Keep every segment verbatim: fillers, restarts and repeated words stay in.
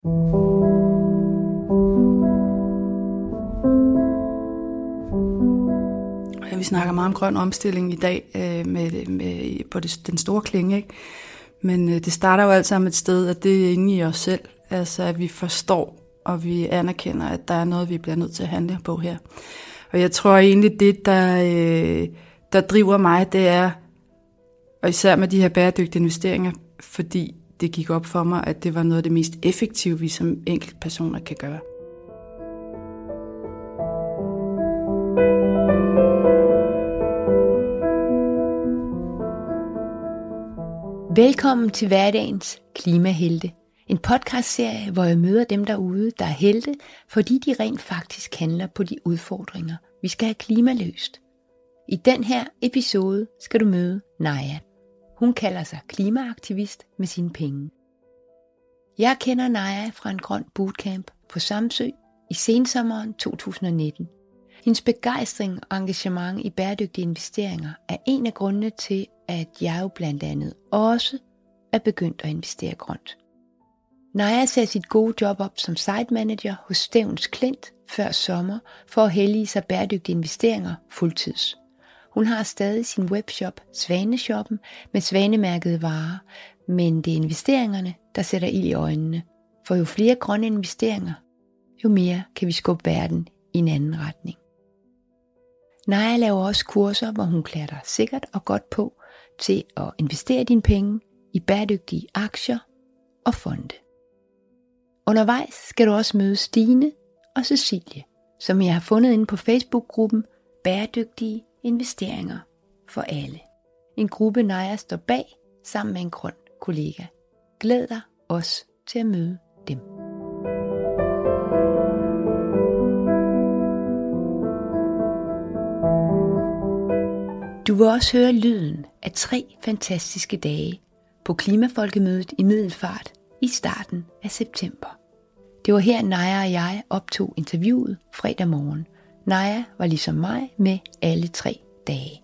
Vi snakker meget om grøn omstilling i dag øh, med, med, på det, den store klinge, ikke? Men øh, det starter jo alt sammen et sted, at det er inde i os selv. Altså at vi forstår, og vi anerkender, at der er noget, vi bliver nødt til at handle på her. Og jeg tror egentlig, det der, øh, der driver mig, det er, og især med de her bæredygtige investeringer, fordi det gik op for mig, at det var noget af det mest effektive, vi som enkeltpersoner kan gøre. Velkommen til hverdagens Klimahelte. En podcastserie, hvor jeg møder dem derude, der er helte, fordi de rent faktisk handler på de udfordringer, vi skal have klimaløst. I den her episode skal du møde Naja. Hun kalder sig klimaaktivist med sine penge. Jeg kender Naja fra en grøn bootcamp på Samsø i sensommeren to tusind nitten. Hendes begejstring og engagement i bæredygtige investeringer er en af grundene til, at jeg jo blandt andet også er begyndt at investere grønt. Naja sagde sit gode job op som site manager hos Stevns Klint før sommer for at hellige sig bæredygtige investeringer fuldtids. Hun har stadig sin webshop Svaneshoppen med svanemærkede varer, men det er investeringerne, der sætter ild i øjnene. For jo flere grønne investeringer, jo mere kan vi skubbe verden i en anden retning. Naja laver også kurser, hvor hun klæder dig sikkert og godt på til at investere dine penge i bæredygtige aktier og fonde. Undervejs skal du også møde Stine og Cecilie, som jeg har fundet inde på Facebook-gruppen Bæredygtige Investeringer for alle. En gruppe Naja står bag sammen med en grøn kollega. Glæd dig også til at møde dem. Du vil også høre lyden af tre fantastiske dage på Klimafolkemødet i Middelfart i starten af september. Det var her Naja og jeg optog interviewet fredag morgen. Naja var ligesom mig med alle tre dage.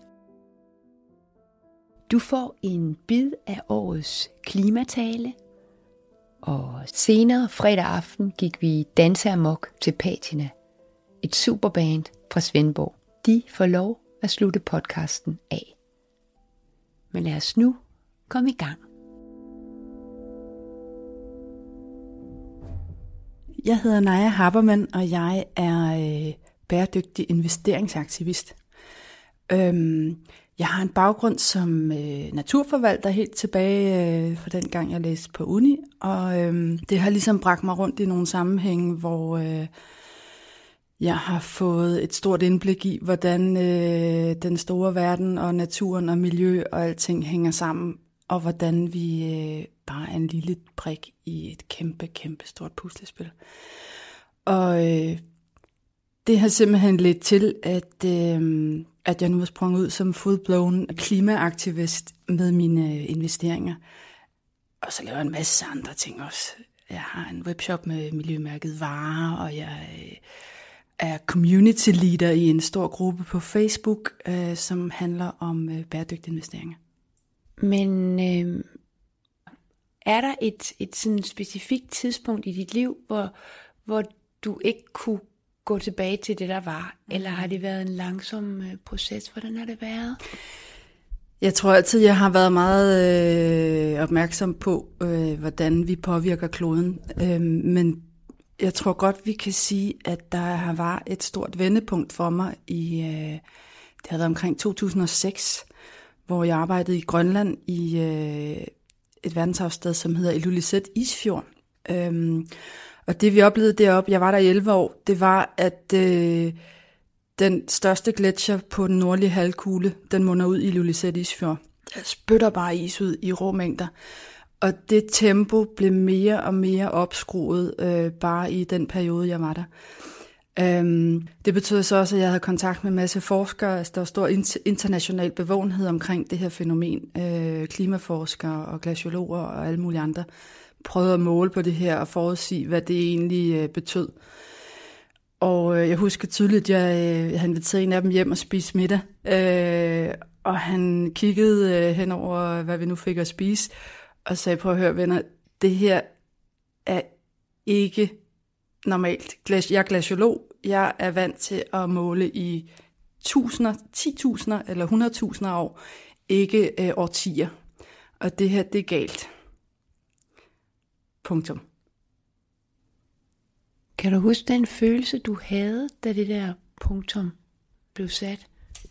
Du får en bid af årets klimatale, og senere fredag aften gik vi danse amok til Patina, et superband fra Svendborg. De får lov at slutte podcasten af. Men lad os nu komme i gang. Jeg hedder Naja Habermann, og jeg er øh, bæredygtig investeringsaktivist. Øhm, jeg har en baggrund som øh, naturforvalter helt tilbage øh, fra den gang, jeg læste på uni, og øh, det har ligesom bragt mig rundt i nogle sammenhænge, hvor øh, jeg har fået et stort indblik i, hvordan øh, den store verden og naturen og miljø og alting hænger sammen, og hvordan vi øh, bare er en lille brik i et kæmpe, kæmpe stort puslespil. Og øh, det har simpelthen ledt til, at, øh, at jeg nu er sprunget ud som full-blown klimaaktivist med mine investeringer. Og så laver jeg en masse andre ting også. Jeg har en webshop med miljømærket varer, og jeg øh, er community leader i en stor gruppe på Facebook, øh, som handler om øh, bæredygtige investeringer. Men øh, er der et, et sådan specifikt tidspunkt i dit liv, hvor, hvor du ikke kunne gå tilbage til det, der var? Eller har det været en langsom øh, proces? Hvordan har det været? Jeg tror altid, jeg har været meget øh, opmærksom på, øh, hvordan vi påvirker kloden. Øh, men jeg tror godt, vi kan sige, at der har været et stort vendepunkt for mig i, øh, det har været omkring to tusind og seks, hvor jeg arbejdede i Grønland i øh, et verdenshavssted, som hedder Ilulissat Isfjord. Øhm, og det vi oplevede deroppe, jeg var der i elleve år, det var, at øh, den største gletsjer på den nordlige halvkugle, den munder ud i Ilulissat Isfjord. Der spytter bare is ud i rå mængder. Og det tempo blev mere og mere opskruet øh, bare i den periode, jeg var der. Øhm, det betød så også, at jeg havde kontakt med en masse forskere. Altså, der var stor international bevågenhed omkring det her fænomen. Øh, klimaforskere og glaciologer og alle mulige andre prøvede at måle på det her og forudsige, hvad det egentlig øh, betød. Og øh, jeg husker tydeligt, at jeg, øh, jeg havde inviteret en af dem hjem og spise middag. Øh, og han kiggede øh, hen over, hvad vi nu fik at spise, og sagde, prøv at høre venner, det her er ikke normalt. Jeg er glaciolog. Jeg er vant til at måle i tusinder, titusinder eller hundredtusinder år, ikke øh, årtier. Og det her, det er galt. Punktum. Kan du huske den følelse, du havde, da det der punktum blev sat?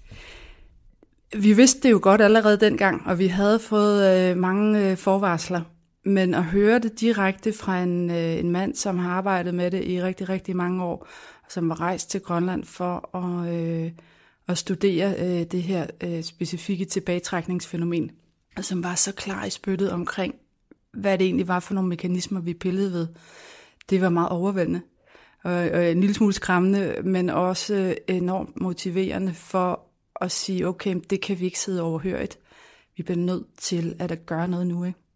Vi vidste det jo godt allerede dengang, og vi havde fået øh, mange øh, forvarsler. Men at høre det direkte fra en, øh, en mand, som har arbejdet med det i rigtig, rigtig mange år, som var rejst til Grønland for at, øh, at studere øh, det her øh, specifikke tilbagetrækningsfænomen, og som var så klar i spyttet omkring, hvad det egentlig var for nogle mekanismer, vi pillede ved. Det var meget overvældende og, og en lille smule skræmmende, men også enormt motiverende for at sige, okay, det kan vi ikke sidde overhørigt. Vi bliver nødt til at gøre noget nu, ikke?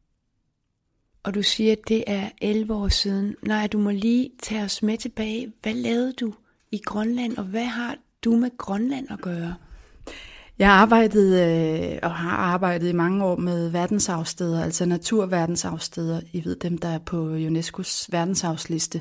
Og du siger, at det er elleve år siden. Nej, du må lige tage os med tilbage. Hvad lavede du i Grønland, og hvad har du med Grønland at gøre? Jeg arbejdede øh, og har arbejdet i mange år med verdensarvssteder, altså naturverdensarvssteder. I ved dem, der er på UNESCO's verdensarvsliste,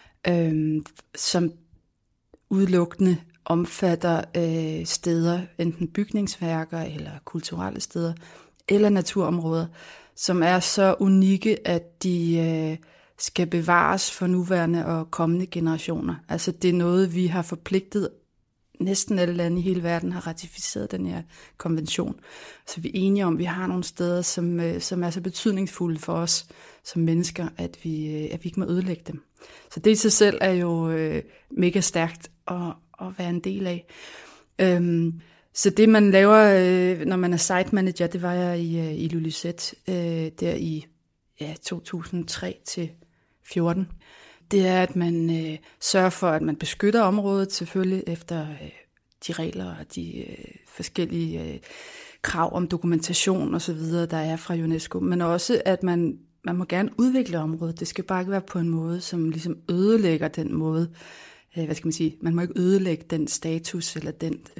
øh, som udelukkende omfatter øh, steder, enten bygningsværker eller kulturelle steder, eller naturområder, som er så unikke, at de øh, skal bevares for nuværende og kommende generationer. Altså det er noget, vi har forpligtet. Næsten alle lande i hele verden har ratificeret den her konvention. Så vi er enige om, at vi har nogle steder, som, øh, som er så betydningsfulde for os som mennesker, at vi, øh, at vi ikke må ødelægge dem. Så det i sig selv er jo øh, mega stærkt at, at være en del af. Øhm, Så det, man laver, når man er site manager, det var jeg i, i Ilulissat, der i ja, to tusind og tre til fjorten. Det er, at man øh, sørger for, at man beskytter området, selvfølgelig efter øh, de regler og de øh, forskellige øh, krav om dokumentation og så videre, der er fra UNESCO. Men også, at man, man må gerne udvikle området. Det skal bare ikke være på en måde, som ligesom ødelægger den måde. Øh, hvad skal man sige? Man må ikke ødelægge den status eller den Øh,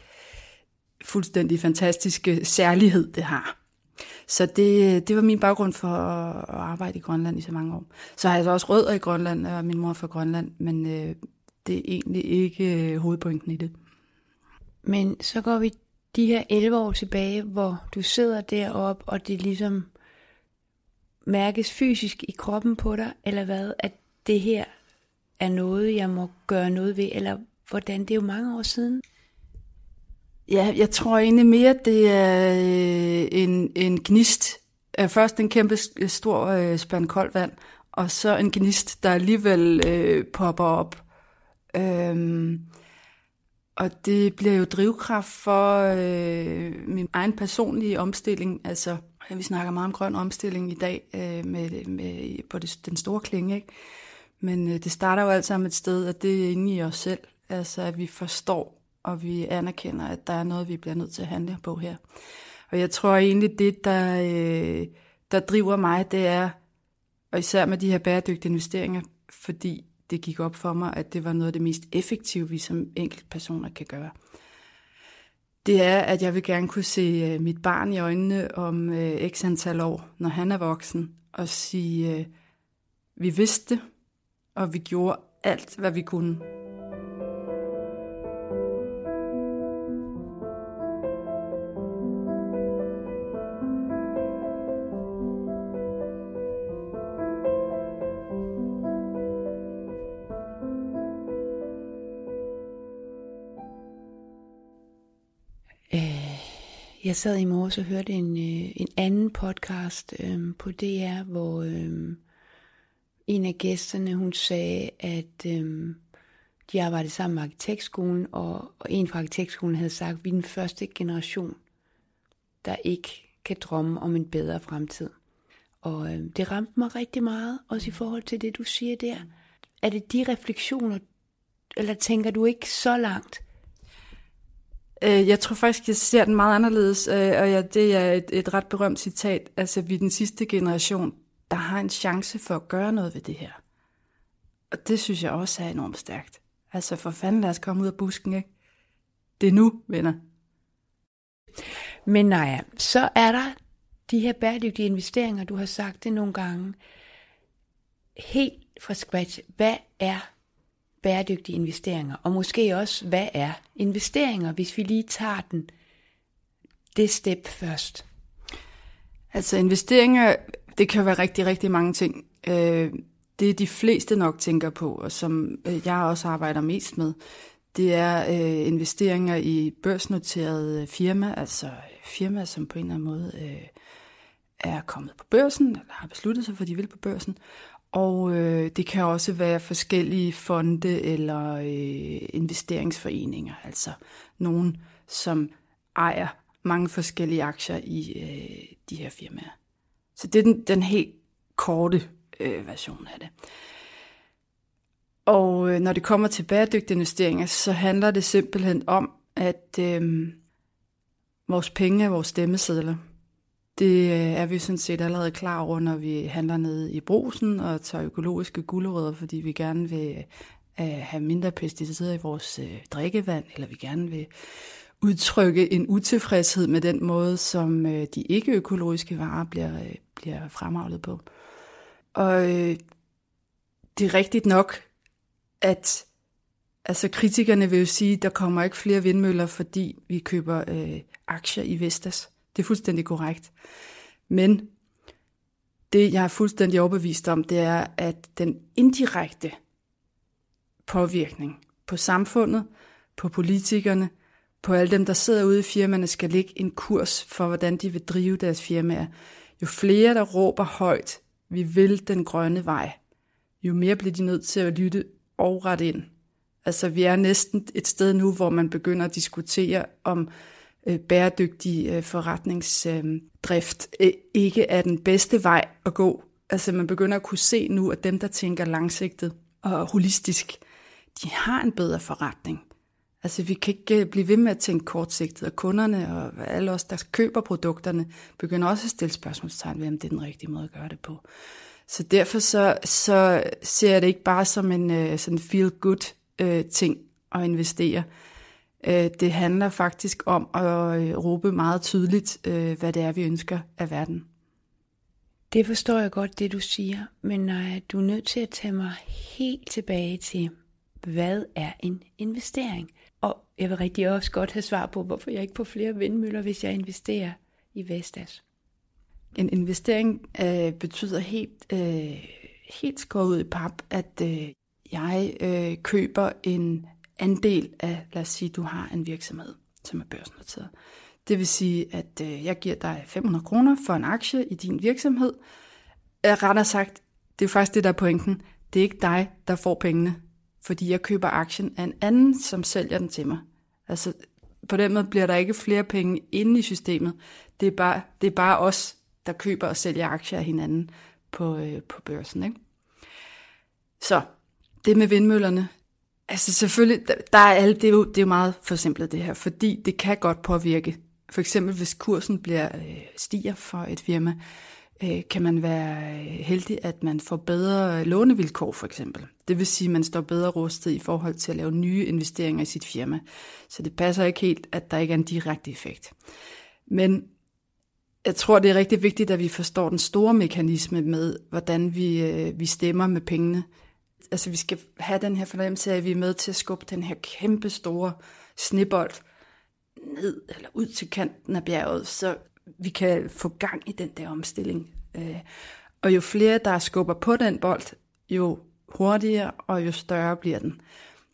fuldstændig fantastiske særlighed, det har. Så det, det var min baggrund for at, at arbejde i Grønland i så mange år. Så har jeg så også rødder i Grønland, og min mor er fra Grønland, men øh, det er egentlig ikke øh, hovedpointen i det. Men så går vi de her elleve år tilbage, hvor du sidder deroppe, og det ligesom mærkes fysisk i kroppen på dig, eller hvad, at det her er noget, jeg må gøre noget ved, eller hvordan, det er jo mange år siden. Ja, jeg tror egentlig mere, det er en, en gnist. Først en kæmpe stor øh, spand koldt vand, og så en gnist, der alligevel øh, popper op. Øhm, og det bliver jo drivkraft for øh, min egen personlige omstilling. Altså, vi snakker meget om grøn omstilling i dag øh, med, med, på det, den store klinge, ikke? Men øh, det starter jo alt sammen et sted, at det er inde i os selv. Altså, at vi forstår, og vi anerkender, at der er noget, vi bliver nødt til at handle på her. Og jeg tror egentlig, det, der, øh, der driver mig, det er, og især med de her bæredygtige investeringer, fordi det gik op for mig, at det var noget af det mest effektive, vi som enkeltpersoner kan gøre. Det er, at jeg vil gerne kunne se mit barn i øjnene om øh, x antal år, når han er voksen, og sige, øh, vi vidste, og vi gjorde alt, hvad vi kunne. Jeg sad i morges og hørte en, en anden podcast øhm, på D R, hvor øhm, en af gæsterne, hun sagde, at øhm, de arbejdede sammen med arkitektskolen, og, og en fra arkitektskolen havde sagt, at vi er den første generation, der ikke kan drømme om en bedre fremtid. Og øhm, det ramte mig rigtig meget, også i forhold til det, du siger der. Er det de refleksioner, eller tænker du ikke så langt? Jeg tror faktisk, jeg ser den meget anderledes, og ja, det er et, et ret berømt citat. Altså, vi er den sidste generation, der har en chance for at gøre noget ved det her. Og det synes jeg også er enormt stærkt. Altså, for fanden, lad os komme ud af busken, ikke? Det er nu, venner. Men nej, så er der de her bæredygtige investeringer, du har sagt det nogle gange. Helt fra scratch, hvad er bæredygtige investeringer? Og måske også, hvad er investeringer, hvis vi lige tager den, det step først? Altså investeringer, det kan være rigtig, rigtig mange ting. Det de fleste nok tænker på, og som jeg også arbejder mest med, det er investeringer i børsnoterede firmaer, altså firmaer, som på en eller anden måde er kommet på børsen, eller har besluttet sig for, at de vil på børsen. Og øh, det kan også være forskellige fonde eller øh, investeringsforeninger, altså nogen, som ejer mange forskellige aktier i øh, de her firmaer. Så det er den, den helt korte øh, version af det. Og øh, når det kommer til bæredygtige investeringer, så handler det simpelthen om, at øh, vores penge er vores stemmesedler. Det er vi sådan set allerede klar over, når vi handler nede i Brugsen og tager økologiske gulerødder, fordi vi gerne vil have mindre pesticider i vores drikkevand, eller vi gerne vil udtrykke en utilfredshed med den måde, som de ikke-økologiske varer bliver, bliver fremavlet på. Og det er rigtigt nok, at altså kritikerne vil jo sige, at der kommer ikke flere vindmøller, fordi vi køber øh, aktier i Vestas. Det er fuldstændig korrekt. Men det, jeg er fuldstændig overbevist om, det er, at den indirekte påvirkning på samfundet, på politikerne, på alle dem, der sidder ude i firmaerne, skal lægge en kurs for, hvordan de vil drive deres firmaer. Jo flere, der råber højt, vi vil den grønne vej, jo mere bliver de nødt til at lytte og rette ind. Altså, vi er næsten et sted nu, hvor man begynder at diskutere om bæredygtig forretningsdrift ikke er den bedste vej at gå. Altså man begynder at kunne se nu, at dem, der tænker langsigtet og holistisk, de har en bedre forretning. Altså vi kan ikke blive ved med at tænke kortsigtet, og kunderne og alle os, der køber produkterne, begynder også at stille spørgsmålstegn ved, om det er den rigtige måde at gøre det på. Så derfor så, så ser jeg det ikke bare som en sådan feel-good ting at investere. Det handler faktisk om at råbe meget tydeligt, hvad det er, vi ønsker af verden. Det forstår jeg godt, det du siger, men du er nødt til at tage mig helt tilbage til, hvad er en investering? Og jeg vil rigtig også godt have svar på, hvorfor jeg ikke får flere vindmøller, hvis jeg investerer i Vestas. En investering øh, betyder helt, øh, helt skåret ud i pap, at øh, jeg øh, køber en andel af, lad os sige, du har en virksomhed, som er børsnoteret. Det vil sige, at øh, jeg giver dig fem hundrede kroner for en aktie i din virksomhed. Jeg rettere sagt, det er faktisk det, der er pointen. Det er ikke dig, der får pengene, fordi jeg køber aktien af en anden, som sælger den til mig. Altså, på den måde bliver der ikke flere penge inde i systemet. Det er bare, det er bare os, der køber og sælger aktier af hinanden på, øh, på børsen, ikke? Så, det med vindmøllerne. Altså selvfølgelig, der er alle, det, er jo, det er jo meget forsimplet det her, fordi det kan godt påvirke. For eksempel hvis kursen bliver øh, stiger for et firma, øh, kan man være heldig, at man får bedre lånevilkår for eksempel. Det vil sige, at man står bedre rustet i forhold til at lave nye investeringer i sit firma. Så det passer ikke helt, at der ikke er en direkte effekt. Men jeg tror, det er rigtig vigtigt, at vi forstår den store mekanisme med, hvordan vi, øh, vi stemmer med pengene. Altså vi skal have den her fornemmelse af, at vi er med til at skubbe den her kæmpe store snebold ned eller ud til kanten af bjerget, så vi kan få gang i den der omstilling. Og jo flere, der skubber på den bold, jo hurtigere og jo større bliver den.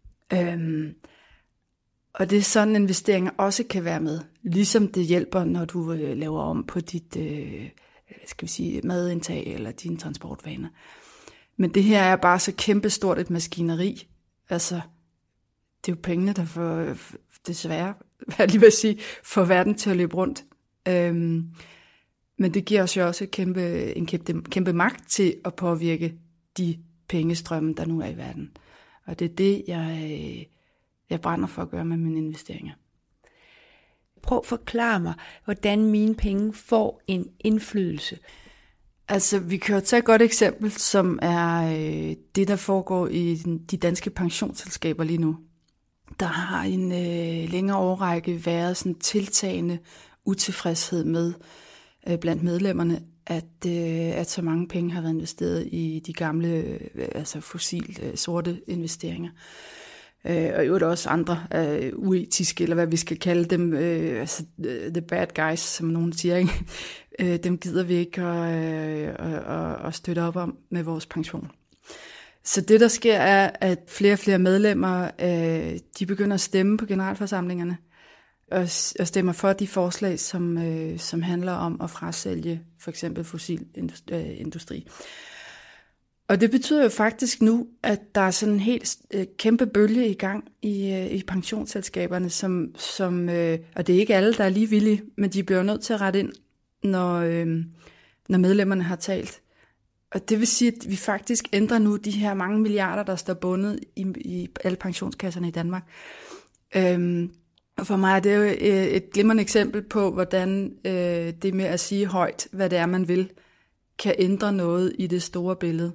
Og det er sådan, investeringer også kan være med. Ligesom det hjælper, når du laver om på dit skal vi sige, madindtag eller dine transportvaner. Men det her er bare så kæmpestort et maskineri. Altså, det er jo pengene, der får, desværre, hvad jeg lige vil sige, får verden til at løbe rundt. Øhm, men det giver os jo også kæmpe, en kæmpe, kæmpe magt til at påvirke de pengestrømme, der nu er i verden. Og det er det, jeg, jeg brænder for at gøre med mine investeringer. Prøv at forklare mig, hvordan mine penge får en indflydelse. Altså, vi kan jo tage et godt eksempel, som er øh, det, der foregår i den, de danske pensionsselskaber lige nu. Der har en øh, længere årrække været sådan tiltagende utilfredshed med øh, blandt medlemmerne, at, øh, at så mange penge har været investeret i de gamle, øh, altså fossil øh, sorte investeringer. Øh, og jo er der også andre øh, uetiske, eller hvad vi skal kalde dem, øh, altså the bad guys, som nogen siger, ikke? Øh, dem gider vi ikke at, øh, at, at støtte op om med vores pension. Så det, der sker, er, at flere og flere medlemmer, øh, de begynder at stemme på generalforsamlingerne, og, og stemmer for de forslag, som, øh, som handler om at frasælge for eksempel fossil industri. Og det betyder jo faktisk nu, at der er sådan en helt øh, kæmpe bølge i gang i, øh, i pensionsselskaberne, som, som øh, og det er ikke alle, der er lige villige, men de bliver nødt til at rette ind, når, øh, når medlemmerne har talt. Og det vil sige, at vi faktisk ændrer nu de her mange milliarder, der står bundet i, i alle pensionskasserne i Danmark. Øhm, og for mig er det jo et glimrende eksempel på, hvordan øh, det med at sige højt, hvad det er, man vil, kan ændre noget i det store billede.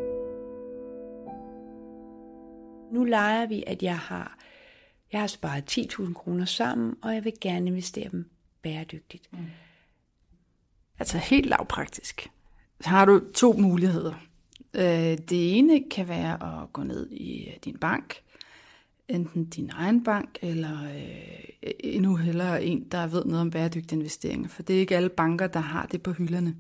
Nu leger vi, at jeg har, jeg har sparet ti tusind kroner sammen, og jeg vil gerne investere dem bæredygtigt. Mm. Altså helt lavpraktisk. Så har du to muligheder. Det ene kan være at gå ned i din bank, enten din egen bank, eller endnu hellere en, der ved noget om bæredygtige investeringer, for det er ikke alle banker, der har det på hylderne.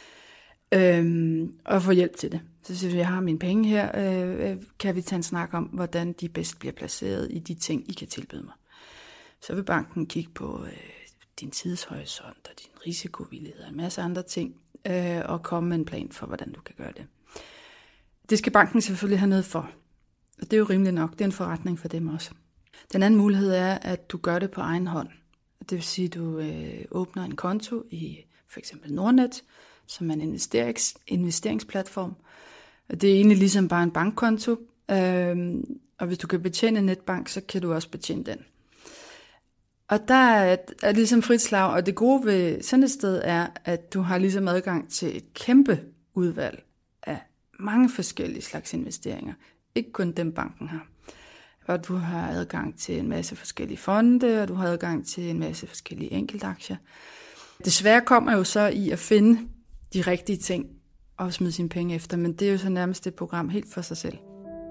Og få hjælp til det. Så hvis jeg har mine penge her, kan vi tage en snak om, hvordan de bedst bliver placeret i de ting, I kan tilbyde mig. Så vil banken kigge på din tidshorisont og din risikovillighed og en masse andre ting, og komme med en plan for, hvordan du kan gøre det. Det skal banken selvfølgelig have noget for. Og det er jo rimeligt nok. Det er en forretning for dem også. Den anden mulighed er, at du gør det på egen hånd. Det vil sige, at du øh, åbner en konto i for eksempel Nordnet, som er en investerings, investeringsplatform. Og det er egentlig ligesom bare en bankkonto. Øh, og hvis du kan betjene en netbank, så kan du også betjene den. Og der er, er ligesom frit slag, og det gode ved sådan et sted er, at du har ligesom adgang til et kæmpe udvalg af mange forskellige slags investeringer. Ikke kun dem banken har. Og du har adgang til en masse forskellige fonde, og du har adgang til en masse forskellige enkeltaktier. Det svære kommer jo så i at finde de rigtige ting og smide sine penge efter, men det er jo så nærmest et program helt for sig selv.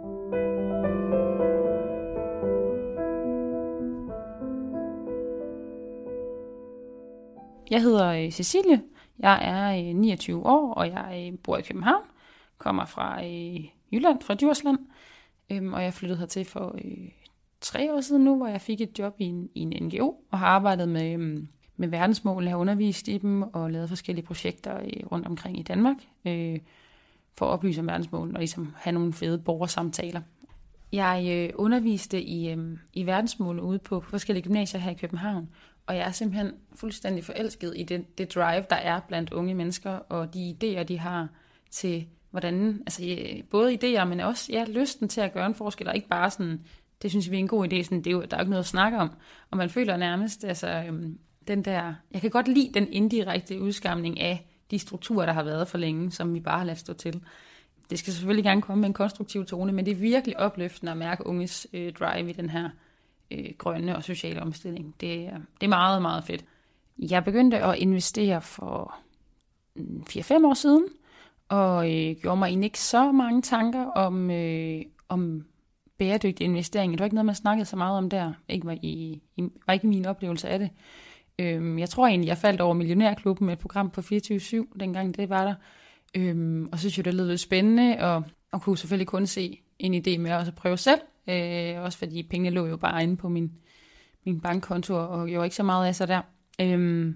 Jeg hedder Cecilie, jeg er niogtyve år, og jeg bor i København, kommer fra Jylland, fra Djursland, og jeg flyttede hertil for tre år siden nu, hvor jeg fik et job i en, i en N G O, og har arbejdet med, med verdensmål, har undervist i dem, og lavet forskellige projekter rundt omkring i Danmark, for at oplyse om verdensmålene, og ligesom have nogle fede borgersamtaler. Jeg underviste i, i verdensmål ude på forskellige gymnasier her i København, og jeg er simpelthen fuldstændig forelsket i det, det drive, der er blandt unge mennesker, og de idéer, de har til, hvordan, altså både idéer, men også ja, lysten til at gøre en forskel, og ikke bare sådan, det synes vi er en god idé, sådan, det er jo, der er jo ikke noget at snakke om, og man føler nærmest, altså øhm, den der, jeg kan godt lide den indirekte udskamning af de strukturer, der har været for længe, som vi bare har ladet stå til. Det skal selvfølgelig gerne komme med en konstruktiv tone, men det er virkelig opløftende at mærke unges øh, drive i den her øh, grønne og sociale omstilling. Det, det er meget, meget fedt. Jeg begyndte at investere for fire fem år siden, og øh, gjorde mig egentlig ikke så mange tanker om, øh, om bæredygtig investering. Det var ikke noget, man snakkede så meget om der. Ikke var, i, i, var ikke min oplevelse af det. Øh, jeg tror egentlig, jeg faldt over Millionærklubben med et program på fireogtyve syv, dengang det var der. Øh, og så synes jeg, det lød lidt spændende, og, og kunne selvfølgelig kun se en idé med at prøve selv. Øh, også fordi pengene lå jo bare inde på min, min bankkonto, og gjorde ikke så meget af sig der. Øh,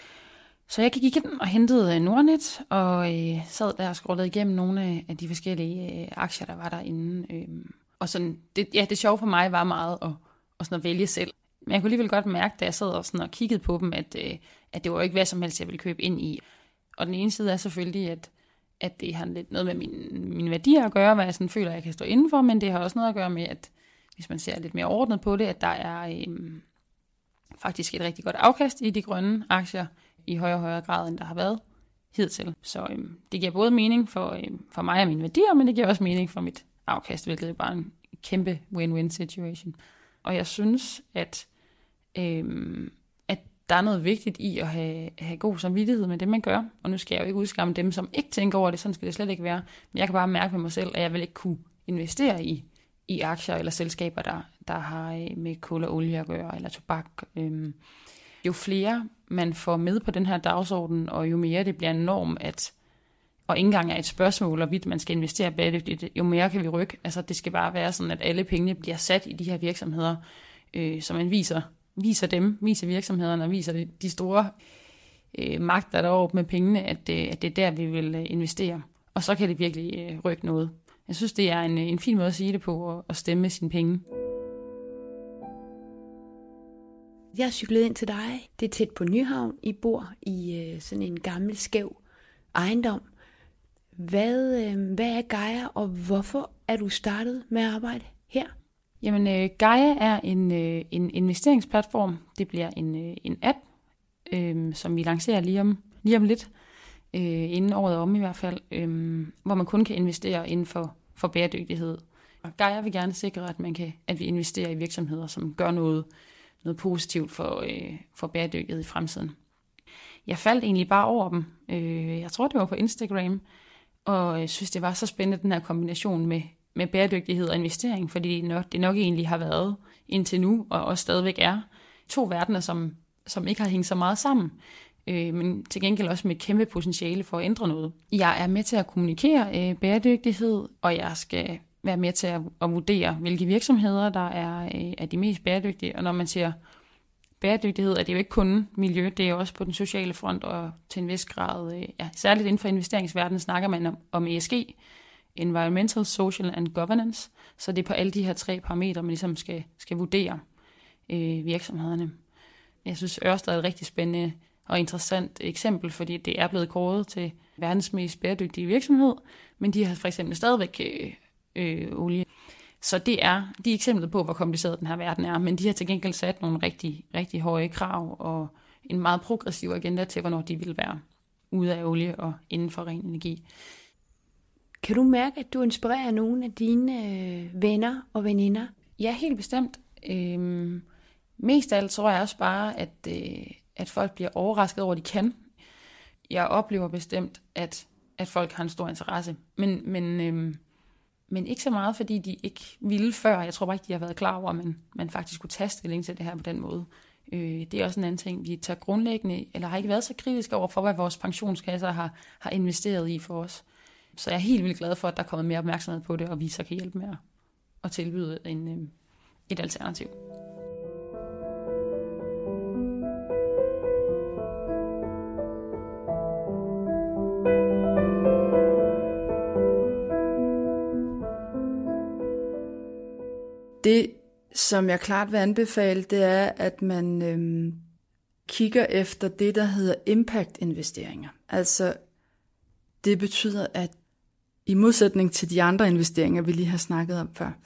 Så jeg gik ind og hentede Nordnet, og øh, sad der og scrollede igennem nogle af, af de forskellige øh, aktier, der var derinde. Øh, og sådan, det, ja, det sjove for mig var meget at, at, sådan at vælge selv. Men jeg kunne alligevel godt mærke, da jeg sad og, sådan og kiggede på dem, at, øh, at det var ikke hvad som helst, jeg ville købe ind i. Og den ene side er selvfølgelig, at, at det har lidt noget med mine, mine værdier at gøre, hvad jeg sådan føler, jeg kan stå indenfor, men det har også noget at gøre med, at hvis man ser lidt mere ordnet på det, at der er øh, faktisk et rigtig godt afkast i de grønne aktier, i højere og højere grad, end der har været hidtil. Så øhm, det giver både mening for, øhm, for mig og mine værdier, men det giver også mening for mit afkast, hvilket er bare en kæmpe win-win situation. Og jeg synes, at, øhm, at der er noget vigtigt i at have, have god samvittighed med det, man gør. Og nu skal jeg jo ikke udskamme dem, som ikke tænker over det. Sådan skal det slet ikke være. Men jeg kan bare mærke med mig selv, at jeg vil ikke kunne investere i, i aktier eller selskaber, der, der har med kul og olie at gøre, eller tobak. Øhm, jo flere man får med på den her dagsorden, og jo mere det bliver en norm, at, og ikke engang er et spørgsmål, hvorvidt man skal investere bæredygtigt, jo mere kan vi rykke. Altså det skal bare være sådan, at alle pengene bliver sat i de her virksomheder, øh, så man viser, viser dem, viser virksomhederne og viser de, de store øh, magter deroppe med pengene, at, øh, at det er der, vi vil øh, investere. Og så kan det virkelig øh, rykke noget. Jeg synes, det er en, en fin måde at sige det på, at stemme med sine penge. Jeg har cyklet ind til dig. Det er tæt på Nyhavn. I bor i øh, sådan en gammel, skæv ejendom. Hvad, øh, hvad er Gaia, og hvorfor er du startet med at arbejde her? Jamen, øh, Gaia er en, øh, en investeringsplatform. Det bliver en, øh, en app, øh, som vi lancerer lige om, lige om lidt. Øh, inden året om i hvert fald, øh, hvor man kun kan investere inden for, for bæredygtighed. Og Gaia vil gerne sikre, at man kan, at vi investerer i virksomheder, som gør noget, noget positivt for, øh, for bæredygtighed i fremtiden. Jeg faldt egentlig bare over dem. Øh, jeg tror, det var på Instagram, og jeg synes, det var så spændende, den her kombination med, med bæredygtighed og investering, fordi det nok, det nok egentlig har været indtil nu, og også stadigvæk er to verdener, som, som ikke har hængt så meget sammen. Øh, men til gengæld også med et kæmpe potentiale for at ændre noget. Jeg er med til at kommunikere øh, bæredygtighed, og jeg skal være med til at, at vurdere, hvilke virksomheder, der er, øh, er de mest bæredygtige. Og når man siger bæredygtighed, er det jo ikke kun miljø, det er også på den sociale front, og til en vis grad, øh, ja, særligt inden for investeringsverdenen, snakker man om, om E S G, Environmental, Social and Governance, så det er på alle de her tre parametre, man ligesom skal, skal vurdere øh, virksomhederne. Jeg synes, Ørsted er et rigtig spændende og interessant eksempel, fordi det er blevet kåret til verdens mest bæredygtige virksomhed, men de har for eksempel stadigvæk øh, øh, olie. Så det er de eksempler på, hvor kompliceret den her verden er, men de har til gengæld sat nogle rigtig, rigtig høje krav og en meget progressiv agenda til, hvornår de vil være ude af olie og inden for ren energi. Kan du mærke, at du inspirerer nogle af dine øh, venner og veninder? Ja, helt bestemt. Øhm, mest af alt tror jeg også bare, at, øh, at folk bliver overrasket over, at de kan. Jeg oplever bestemt, at, at folk har en stor interesse, men, men, øhm, men ikke så meget, fordi de ikke ville før. Jeg tror bare ikke, de har været klar over, at man, man faktisk kunne tage stilling til det her på den måde. Øh, det er også en anden ting. Vi tager grundlæggende, eller har ikke været så kritiske over for, hvad vores pensionskasser har, har investeret i for os. Så jeg er helt vildt glad for, at der er kommet mere opmærksomhed på det, og vi så kan hjælpe med at tilbyde en, et alternativ. Det, som jeg klart vil anbefale, det er, at man øhm, kigger efter det, der hedder impact-investeringer. Altså, det betyder, at i modsætning til de andre investeringer, vi lige har snakket om før,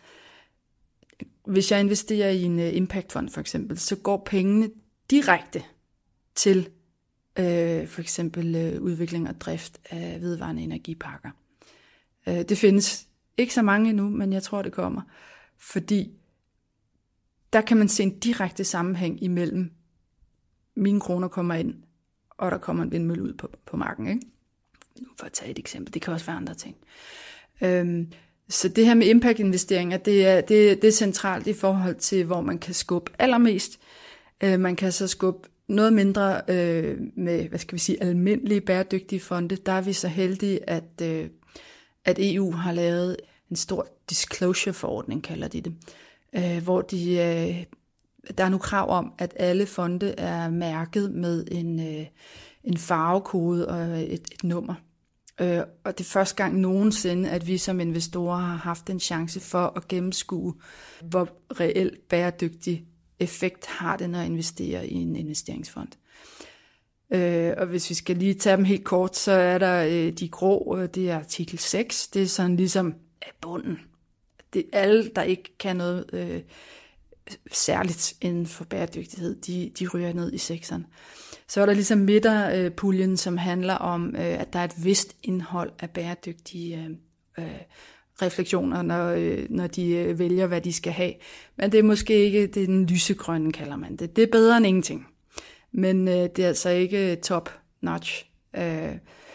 hvis jeg investerer i en uh, impact-fond for eksempel, så går pengene direkte til uh, for eksempel uh, udvikling og drift af vedvarende energiparker. Uh, det findes ikke så mange endnu, men jeg tror, det kommer. Fordi der kan man se en direkte sammenhæng imellem mine kroner kommer ind, og der kommer en vindmølle ud på, på marken, ikke? For at tage et eksempel, det kan også være andre ting. Øhm, så det her med impact-investeringer, det er, det, det er centralt i forhold til, hvor man kan skubbe allermest. Øh, man kan så skubbe noget mindre øh, med, hvad skal vi sige, almindelige bæredygtige fonde. Der er vi så heldige, at, øh, at E U har lavet en stor disclosure-forordning, kalder de det, øh, hvor de, øh, der er nu krav om, at alle fonde er mærket med en, øh, en farvekode og et, et nummer. Øh, og det er første gang nogensinde, at vi som investorer har haft en chance for at gennemskue, hvor reelt bæredygtig effekt har det, når jeg investerer i en investeringsfond. Øh, og hvis vi skal lige tage dem helt kort, så er der øh, de grå, øh, det er artikel seks, det er sådan ligesom bunden. Det er alle, der ikke kan noget øh, særligt inden for bæredygtighed, de, de ryger ned i sekseren. Så er der ligesom midterpuljen, som handler om, øh, at der er et vist indhold af bæredygtige øh, refleksioner, når, øh, når de øh, vælger, hvad de skal have. Men det er måske ikke det, den lysegrønne, kalder man det. Det er bedre end ingenting. men øh, det er altså ikke top notch. Øh,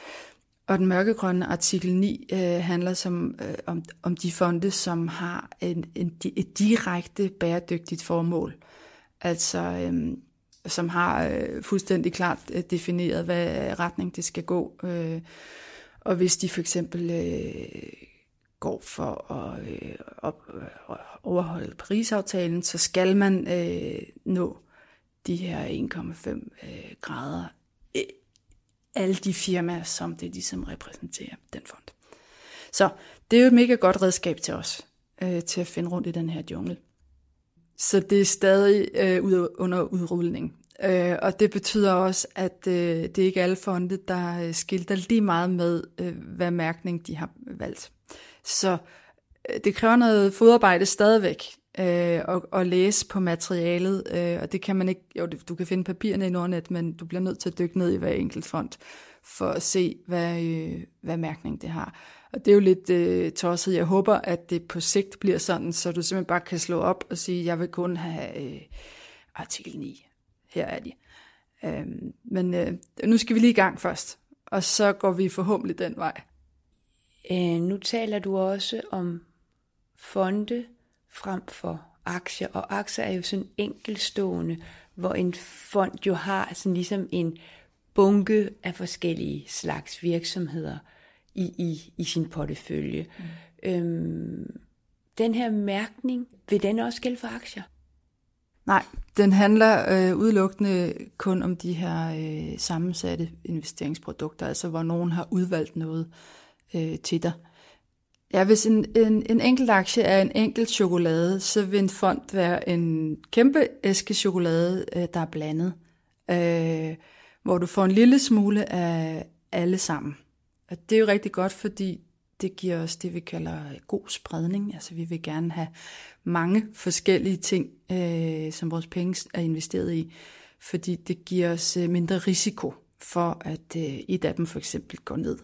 og den mørkegrønne artikel ni øh, handler som, øh, om, om de fonde, som har en, en, et direkte bæredygtigt formål. Altså øh, som har øh, fuldstændig klart øh, defineret, hvad retning det skal gå. Øh, og hvis de for eksempel øh, går for at øh, op, øh, overholde Paris-aftalen, så skal man øh, nå de her en komma fem øh, grader. Øh, alle de firmaer, som det ligesom repræsenterer, den fond. Så det er jo et mega godt redskab til os, øh, til at finde rundt i den her jungle. Så det er stadig øh, under udrulning. Øh, og det betyder også, at øh, det er ikke alle fonde, der skilter lige meget med, øh, hvad mærkning de har valgt. Så øh, det kræver noget fodarbejde stadigvæk, øh, og, og læse på materialet, øh, og det kan man ikke, jo, du kan finde papirerne i Nordnet, men du bliver nødt til at dykke ned i hver enkelt fond, for at se, hvad, øh, hvad mærkning det har. Og det er jo lidt øh, tosset. Jeg håber, at det på sigt bliver sådan, så du simpelthen bare kan slå op og sige, jeg vil kun have øh, artikel ni. Her er de. Øh, men øh, nu skal vi lige i gang først, og så går vi forhåbentlig den vej. Øh, nu taler du også om fonde frem for aktier, og aktier er jo sådan enkeltstående, hvor en fond jo har sådan ligesom en bunke af forskellige slags virksomheder i, i, i sin portefølje. Mm. Øhm, den her mærkning, vil den også gælde for aktier? Nej, den handler øh, udelukkende kun om de her øh, sammensatte investeringsprodukter, altså hvor nogen har udvalgt noget øh, til dig. Ja, hvis en, en, en enkelt aktie er en enkelt chokolade, så vil en fond være en kæmpe æske chokolade, øh, der er blandet, øh, hvor du får en lille smule af alle sammen. Og det er jo rigtig godt, fordi det giver os det, vi kalder god spredning. Altså vi vil gerne have mange forskellige ting, øh, som vores penge er investeret i, fordi det giver os mindre risiko for, at øh, et af dem for eksempel går ned.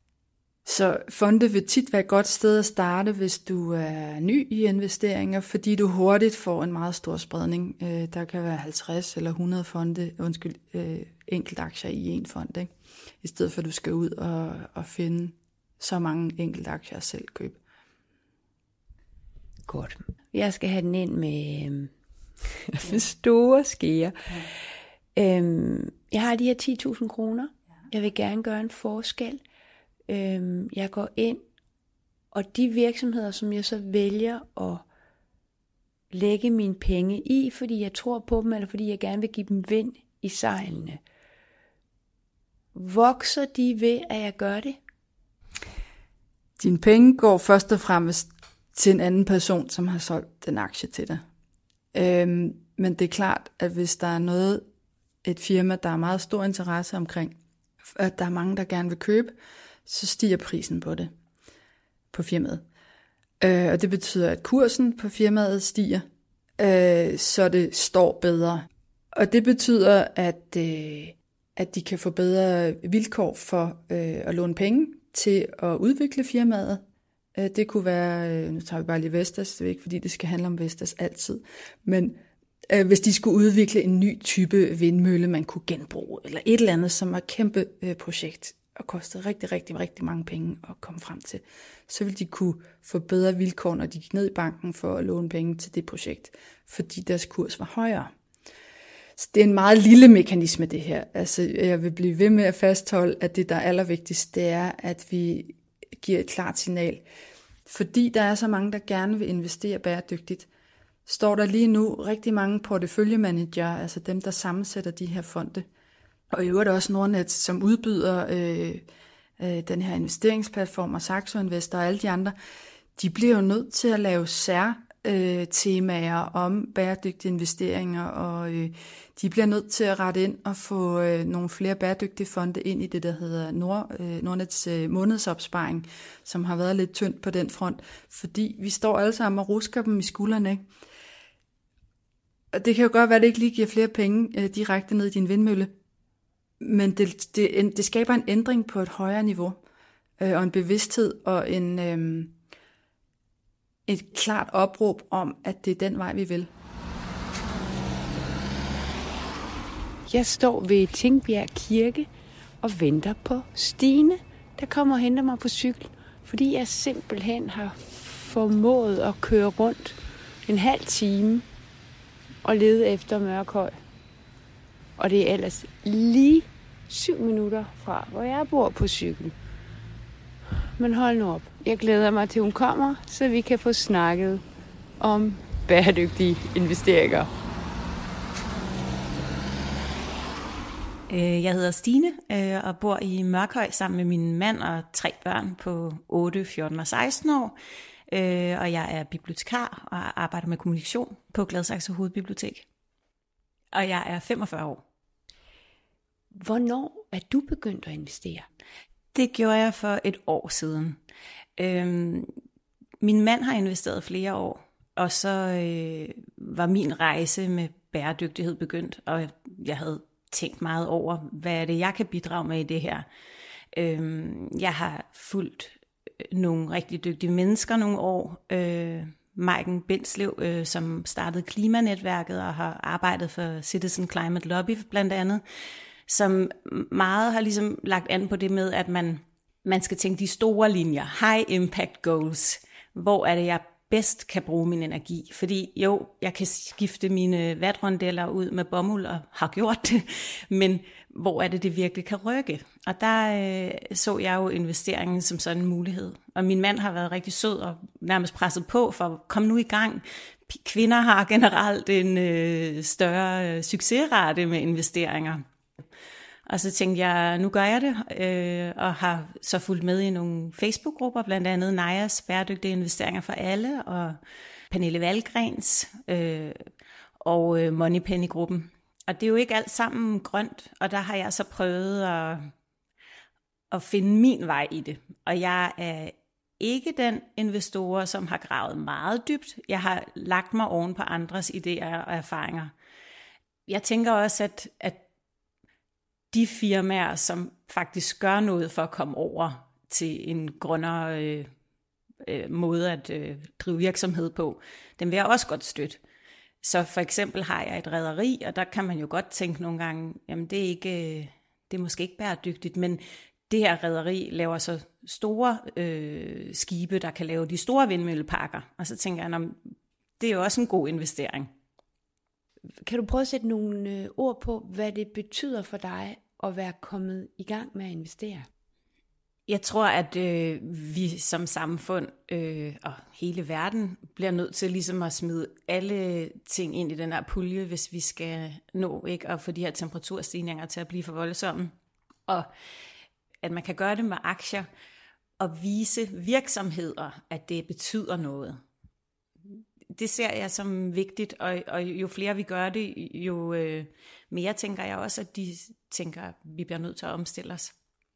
Så fonde vil tit være et godt sted at starte, hvis du er ny i investeringer, fordi du hurtigt får en meget stor spredning. Øh, der kan være halvtreds eller hundrede fonde, undskyld, øh, enkelt aktier i en fond, ikke? I stedet for at du skal ud og, og finde så mange enkelte aktier at selv købe. Godt. Jeg skal have den ind med, med store skeer. Ja. Øhm, jeg har de her ti tusind kroner. Jeg vil gerne gøre en forskel. Øhm, jeg går ind, og de virksomheder, som jeg så vælger at lægge mine penge i, fordi jeg tror på dem, eller fordi jeg gerne vil give dem vind i sejlene, vokser de ved, at jeg gør det? Dine penge går først og fremmest til en anden person, som har solgt den aktie til dig. Øhm, men det er klart, at hvis der er noget, et firma, der er meget stor interesse omkring, at der er mange, der gerne vil købe, så stiger prisen på det, på firmaet. Øh, og det betyder, at kursen på firmaet stiger, øh, så det står bedre. Og det betyder, at, øh, at de kan få bedre vilkår for øh, at låne penge til at udvikle firmaet. Øh, det kunne være, øh, nu tager vi bare lige Vestas, det er ikke fordi det skal handle om Vestas altid, men øh, hvis de skulle udvikle en ny type vindmølle, man kunne genbruge, eller et eller andet, som er et kæmpe øh, projekt, og kostede rigtig, rigtig, rigtig mange penge at komme frem til, så ville de kunne få bedre vilkår, når de gik ned i banken for at låne penge til det projekt, fordi deres kurs var højere. Så det er en meget lille mekanisme, det her. Altså, jeg vil blive ved med at fastholde, at det, der er allervigtigst, det er, at vi giver et klart signal. Fordi der er så mange, der gerne vil investere bæredygtigt, står der lige nu rigtig mange porteføljemanager, altså dem, der sammensætter de her fonde, og i øvrigt også Nordnet, som udbyder øh, øh, den her investeringsplatform, og Saxo Investor og alle de andre, de bliver jo nødt til at lave sær øh, temaer om bæredygtige investeringer, og øh, de bliver nødt til at rette ind og få øh, nogle flere bæredygtige fonde ind i det, der hedder Nord, øh, Nordnets øh, månedsopsparing, som har været lidt tyndt på den front, fordi vi står alle sammen og rusker dem i skuldrene, ikke? Og det kan jo godt være, at det ikke lige giver flere penge øh, direkte ned i din vindmølle, men det, det, det skaber en ændring på et højere niveau, øh, og en bevidsthed og en, øh, et klart opråb om, at det er den vej, vi vil. Jeg står ved Tingbjerg Kirke og venter på Stine, der kommer og henter mig på cykel, fordi jeg simpelthen har formået at køre rundt en halv time og lede efter Mørkhøj. Og det er ellers lige syv minutter fra, hvor jeg bor på cykel. Men hold nu op. Jeg glæder mig til, hun kommer, så vi kan få snakket om bæredygtige investeringer. Jeg hedder Stine og bor i Mørkhøj sammen med min mand og tre børn på otte, fjorten og seksten år. Og jeg er bibliotekar og arbejder med kommunikation på Gladsaxe Hovedbibliotek. Og jeg er femogfyrre år. Hvornår er du begyndt at investere? Det gjorde jeg for et år siden. Øhm, min mand har investeret flere år, og så øh, var min rejse med bæredygtighed begyndt, og jeg havde tænkt meget over, hvad er det, jeg kan bidrage med i det her. Øhm, jeg har fulgt nogle rigtig dygtige mennesker nogle år. Øh, Maiken Bindslev, øh, som startede Klimanetværket og har arbejdet for Citizen Climate Lobby blandt andet, som meget har ligesom lagt an på det med, at man, man skal tænke de store linjer, high impact goals. Hvor er det, jeg bedst kan bruge min energi? Fordi jo, jeg kan skifte mine vatrondeller ud med bomuld og har gjort det, men hvor er det, det virkelig kan rykke? Og der øh, så jeg jo investeringen som sådan en mulighed. Og min mand har været rigtig sød og nærmest presset på for at komme nu i gang. Kvinder har generelt en øh, større øh, succesrate med investeringer. Og så tænkte jeg, nu gør jeg det, øh, og har så fulgt med i nogle Facebook-grupper, blandt andet Najas Bæredygtige Investeringer for Alle, og Pernille Valgrens, øh, og øh, Moneypenny-gruppen. Og det er jo ikke alt sammen grønt, og der har jeg så prøvet at, at finde min vej i det. Og jeg er ikke den investor, som har gravet meget dybt. Jeg har lagt mig oven på andres idéer og erfaringer. Jeg tænker også, at, at de firmaer, som faktisk gør noget for at komme over til en grønnere øh, øh, måde at øh, drive virksomhed på, dem vil jeg også godt støtte. Så for eksempel har jeg et rederi, og der kan man jo godt tænke nogle gange, jamen det er, ikke, det er måske ikke bæredygtigt, men det her rederi laver så store øh, skibe, der kan lave de store vindmølleparker. Og så tænker jeg, det er jo også en god investering. Kan du prøve at sætte nogle øh, ord på, hvad det betyder for dig at være kommet i gang med at investere? Jeg tror, at øh, vi som samfund øh, og hele verden bliver nødt til ligesom at smide alle ting ind i den her pulje, hvis vi skal nå ikke at få de her temperaturstigninger til at blive for voldsomme. Og at man kan gøre det med aktier og vise virksomheder, at det betyder noget. Det ser jeg som vigtigt, og, og jo flere vi gør det, jo øh, mere tænker jeg også, at de tænker, at vi bliver nødt til at omstille os.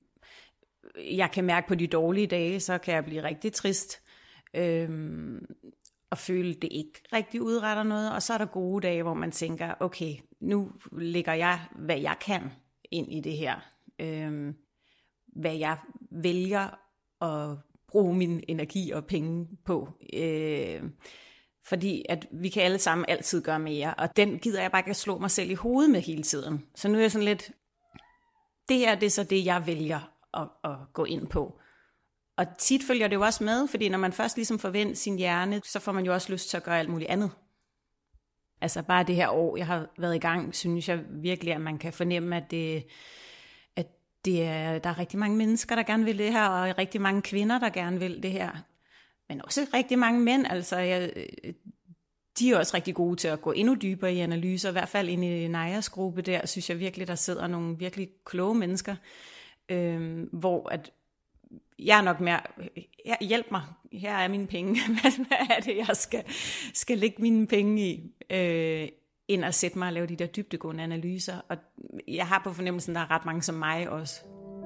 Jeg kan mærke på de dårlige dage, så kan jeg blive rigtig trist, øhm, og føle, at det ikke rigtig udretter noget. Og så er der gode dage, hvor man tænker, okay, nu lægger jeg, hvad jeg kan ind i det her. Øhm, hvad jeg vælger at bruge min energi og penge på. Øh, fordi at vi kan alle sammen altid gøre mere, og den gider jeg bare ikke at slå mig selv i hovedet med hele tiden. Så nu er jeg sådan lidt, det her det er så det, jeg vælger at, at gå ind på. Og tit følger det jo også med, fordi når man først ligesom forventer sin hjerne, så får man jo også lyst til at gøre alt muligt andet. Altså bare det her år, jeg har været i gang, synes jeg virkelig, at man kan fornemme, at det, at det er, der er rigtig mange mennesker, der gerne vil det her, og rigtig mange kvinder, der gerne vil det her. Men også rigtig mange mænd, altså jeg, de er også rigtig gode til at gå endnu dybere i analyser, i hvert fald inde i Najas gruppe der, synes jeg virkelig, der sidder nogle virkelig kloge mennesker, øh, hvor at jeg er nok mere, ja, hjælp mig, her er mine penge, hvad er det, jeg skal, skal lægge mine penge i, øh, end at sætte mig og lave de der dybdegående analyser, og jeg har på fornemmelsen, der er ret mange som mig også.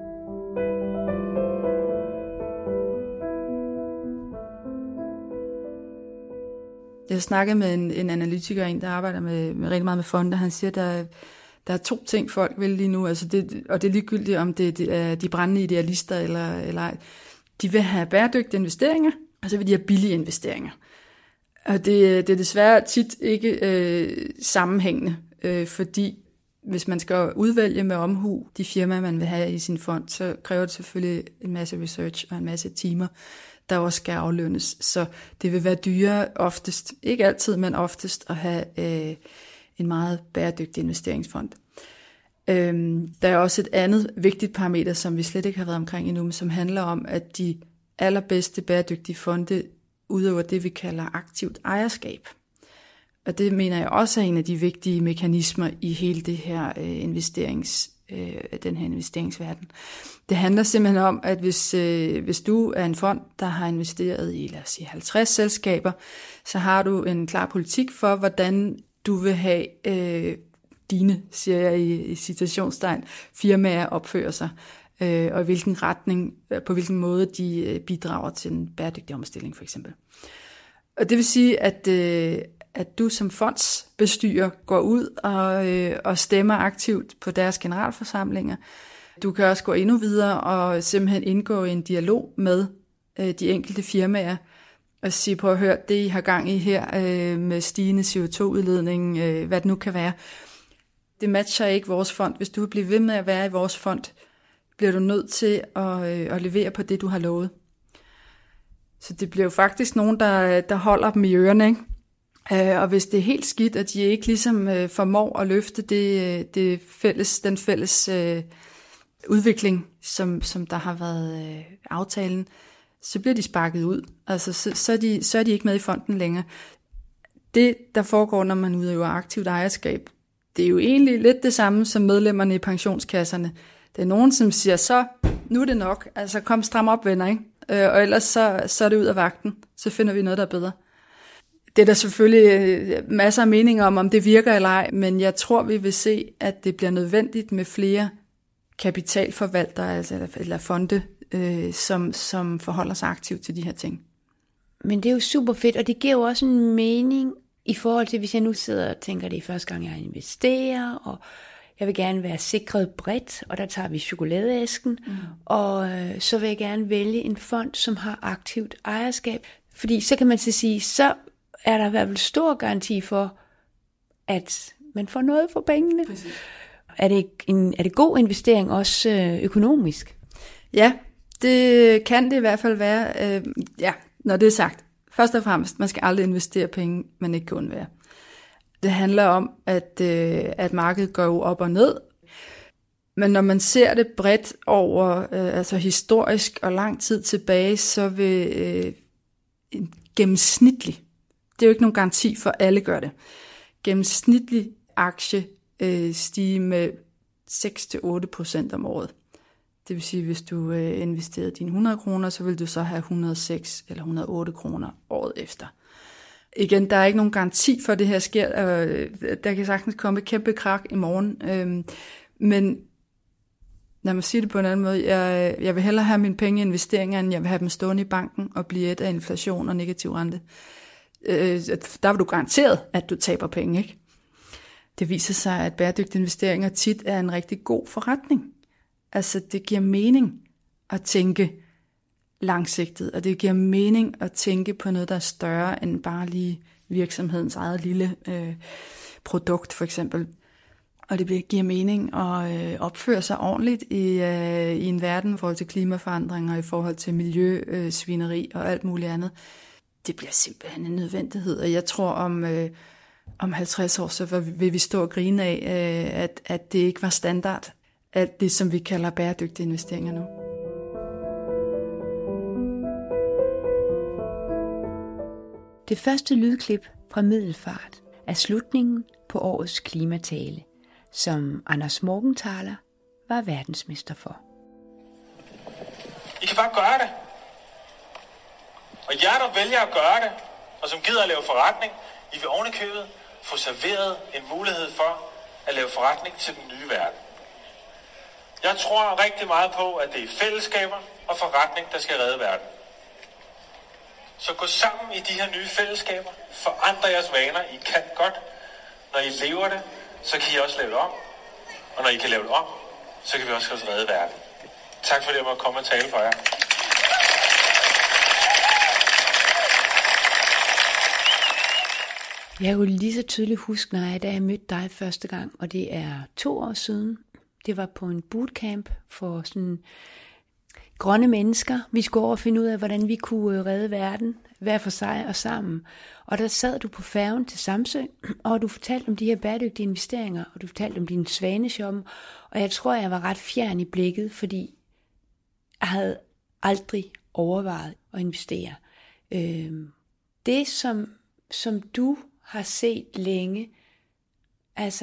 Jeg snakkede med en, en analytiker, en der arbejder med, med rigtig meget med fonde, han siger, der, der er to ting, folk vil lige nu, altså det, og det er ligegyldigt, om det, det er de brændende idealister eller, eller de vil have bæredygtige investeringer, og så vil de have billige investeringer. Og det, det er desværre tit ikke øh, sammenhængende, øh, fordi hvis man skal udvælge med omhu de firmaer, man vil have i sin fond, så kræver det selvfølgelig en masse research og en masse timer, der også skal aflønnes. Så det vil være dyrere oftest, ikke altid, men oftest at have øh, en meget bæredygtig investeringsfond. Øhm, der er også et andet vigtigt parameter, som vi slet ikke har været omkring endnu, men som handler om, at de allerbedste bæredygtige fonde udøver det, vi kalder aktivt ejerskab. Og det mener jeg også er en af de vigtige mekanismer i hele det her øh, investerings, øh, den her investeringsverden. Det handler simpelthen om, at hvis, øh, hvis du er en fond, der har investeret i, lad os sige, halvtreds selskaber, så har du en klar politik for, hvordan du vil have øh, dine, siger jeg i, i citationstegn, firmaer opfører sig, øh, og i hvilken retning, på hvilken måde de øh, bidrager til en bæredygtig omstilling, for eksempel. Og det vil sige, at, øh, at du som fondsbestyrer går ud og, øh, og stemmer aktivt på deres generalforsamlinger. Du kan også gå endnu videre og simpelthen indgå i en dialog med øh, de enkelte firmaer, og sige, prøv at høre, det I har gang i her øh, med stigende C O to udledning, øh, hvad det nu kan være, det matcher ikke vores fond. Hvis du vil blive ved med at være i vores fond, bliver du nødt til at, øh, at levere på det, du har lovet. Så det bliver jo faktisk nogen, der, der holder dem i ørerne, ikke? Øh, og hvis det er helt skidt, og de ikke ligesom øh, formår at løfte det, det fælles, den fælles øh, udvikling, som, som der har været øh, aftalen, så bliver de sparket ud. Altså, så, så, er de, så er de ikke med i fonden længere. Det, der foregår, når man udøver aktivt ejerskab, det er jo egentlig lidt det samme som medlemmerne i pensionskasserne. Det er nogen, som siger, så nu er det nok, altså kom stram op, venner, ikke? Øh, og ellers så, så er det ud af vagten, så finder vi noget, der er bedre. Det er der selvfølgelig masser af meninger om, om det virker eller ej, men jeg tror, vi vil se, at det bliver nødvendigt med flere kapitalforvaltere, altså, eller fonde, øh, som, som forholder sig aktivt til de her ting. Men det er jo super fedt, og det giver jo også en mening i forhold til, hvis jeg nu sidder og tænker, det er første gang, jeg investerer, og jeg vil gerne være sikret bredt, og der tager vi chokoladeæsken, mm. og øh, så vil jeg gerne vælge en fond, som har aktivt ejerskab. Fordi så kan man så sige, så er der i hvert fald stor garanti for, at man får noget for pengene. Præcis. Er det, en, er det god investering også øh, økonomisk? Ja, det kan det i hvert fald være. Øh, ja, når det er sagt. Først og fremmest, man skal aldrig investere penge, man ikke kan undvære. Det handler om, at, øh, at markedet går jo op og ned. Men når man ser det bredt over, øh, altså historisk og lang tid tilbage, så vil øh, en gennemsnitlig, det er jo ikke nogen garanti for, at alle gør det, gennemsnitlig aktie øh, stige med seks til otte procent om året. Det vil sige, at hvis du øh, investerede dine hundrede kroner, så vil du så have et hundrede og seks eller et hundrede og otte kroner året efter. Igen, der er ikke nogen garanti for, at det her sker, og der kan sagtens komme et kæmpe krak i morgen. Øhm, men lad mig sige det på en anden måde. Jeg, jeg vil hellere have mine penge i investeringer, end jeg vil have dem stående i banken og blive et af inflation og negativ rente. Øh, der vil du garanteret, at du taber penge, ikke? Det viser sig, at bæredygtige investeringer tit er en rigtig god forretning. Altså, det giver mening at tænke langsigtet, og det giver mening at tænke på noget, der er større end bare lige virksomhedens eget lille øh, produkt, for eksempel. Og det giver mening at øh, opføre sig ordentligt i, øh, i en verden i forhold til klimaforandringer, i forhold til miljø, øh, svineri og alt muligt andet. Det bliver simpelthen en nødvendighed, og jeg tror om, øh, om halvtreds år, så vil vi stå og grine af, øh, at, at det ikke var standard, alt det, som vi kalder bæredygtige investeringer nu. Det første lydklip fra Middelfart er slutningen på årets klimatale, som Anders Morgenthaler var verdensmester for. I kan bare gøre det. Og jer, der vælger at gøre det, og som gider at lave forretning, I vil ovenikøbet få serveret en mulighed for at lave forretning til den nye verden. Jeg tror rigtig meget på, at det er fællesskaber og forretning, der skal redde verden. Så gå sammen i de her nye fællesskaber. Forandre jeres vaner. I kan godt. Når I lever det, så kan I også lave det om. Og når I kan lave det om, så kan vi også redde verden. Tak fordi jeg måtte komme og tale for jer. Jeg kunne lige så tydeligt huske, når jeg, da jeg mødte dig første gang, og det er to år siden. Det var på en bootcamp for sådan grønne mennesker. Vi skulle over og finde ud af, hvordan vi kunne redde verden, hver for sig og sammen. Og der sad du på færgen til Samsø, og du fortalte om de her bæredygtige investeringer, og du fortalte om din svaneshoppen. Og jeg tror, jeg var ret fjern i blikket, fordi jeg havde aldrig overvejet at investere. Det, som, som du har set længe, altså,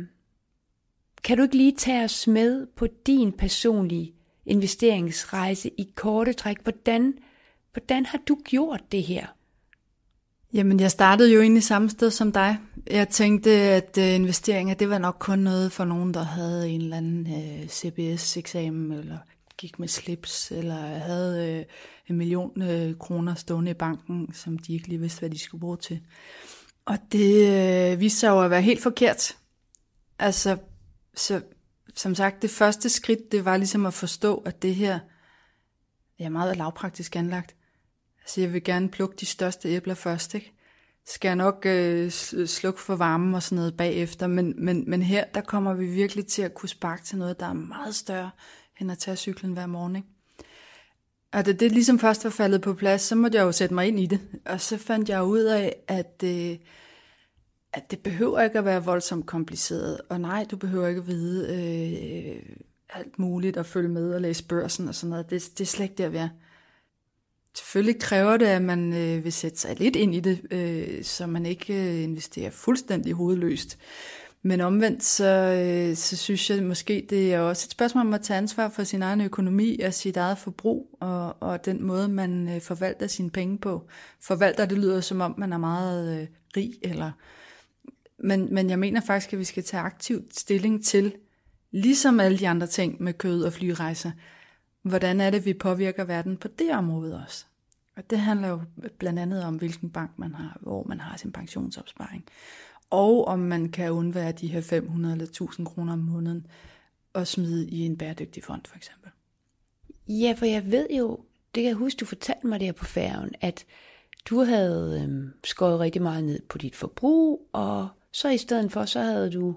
kan du ikke lige tage os med på din personlige investeringsrejse i korte træk? Hvordan, hvordan har du gjort det her? Jamen, jeg startede jo egentlig samme sted som dig. Jeg tænkte, at investeringer, det var nok kun noget for nogen, der havde en eller anden uh, C B S-eksamen, eller gik med slips, eller havde uh, en million uh, kroner stående i banken, som de ikke lige vidste, hvad de skulle bruge til. Og det uh, viste sig jo at være helt forkert. Altså, så som sagt, det første skridt, det var ligesom at forstå, at det her er meget lavpraktisk anlagt. Altså, jeg vil gerne plukke de største æbler først, ikke? Skal jeg nok øh, slukke for varmen og sådan noget bagefter, men, men, men her, der kommer vi virkelig til at kunne sparke til noget, der er meget større, end at tage cyklen hver morgen, ikke? Og da det ligesom først var faldet på plads, så måtte jeg jo sætte mig ind i det, og så fandt jeg ud af, at, øh, at det behøver ikke at være voldsomt kompliceret, og nej, du behøver ikke at vide øh, alt muligt og følge med og læse børsen og sådan noget, det, det er slet ikke der, vi er. Selvfølgelig kræver det, at man øh, vil sætte sig lidt ind i det, øh, så man ikke øh, investerer fuldstændig hovedløst. Men omvendt, så, øh, så synes jeg måske, det er også et spørgsmål om at tage ansvar for sin egen økonomi og sit eget forbrug, og, og den måde, man øh, forvalter sine penge på. Forvalter, det lyder som om, man er meget øh, rig, eller... Men, men jeg mener faktisk, at vi skal tage aktivt stilling til, ligesom alle de andre ting med kød og flyrejser, hvordan er det, vi påvirker verden på det område også? Og det handler jo blandt andet om, hvilken bank man har, hvor man har sin pensionsopsparing. Og om man kan undvære de her fem hundrede eller tusind kroner om måneden og smide i en bæredygtig fond, for eksempel. Ja, for jeg ved jo, det kan jeg huske, du fortalte mig der på færgen, at du havde øhm, skåret rigtig meget ned på dit forbrug, og så i stedet for, så havde du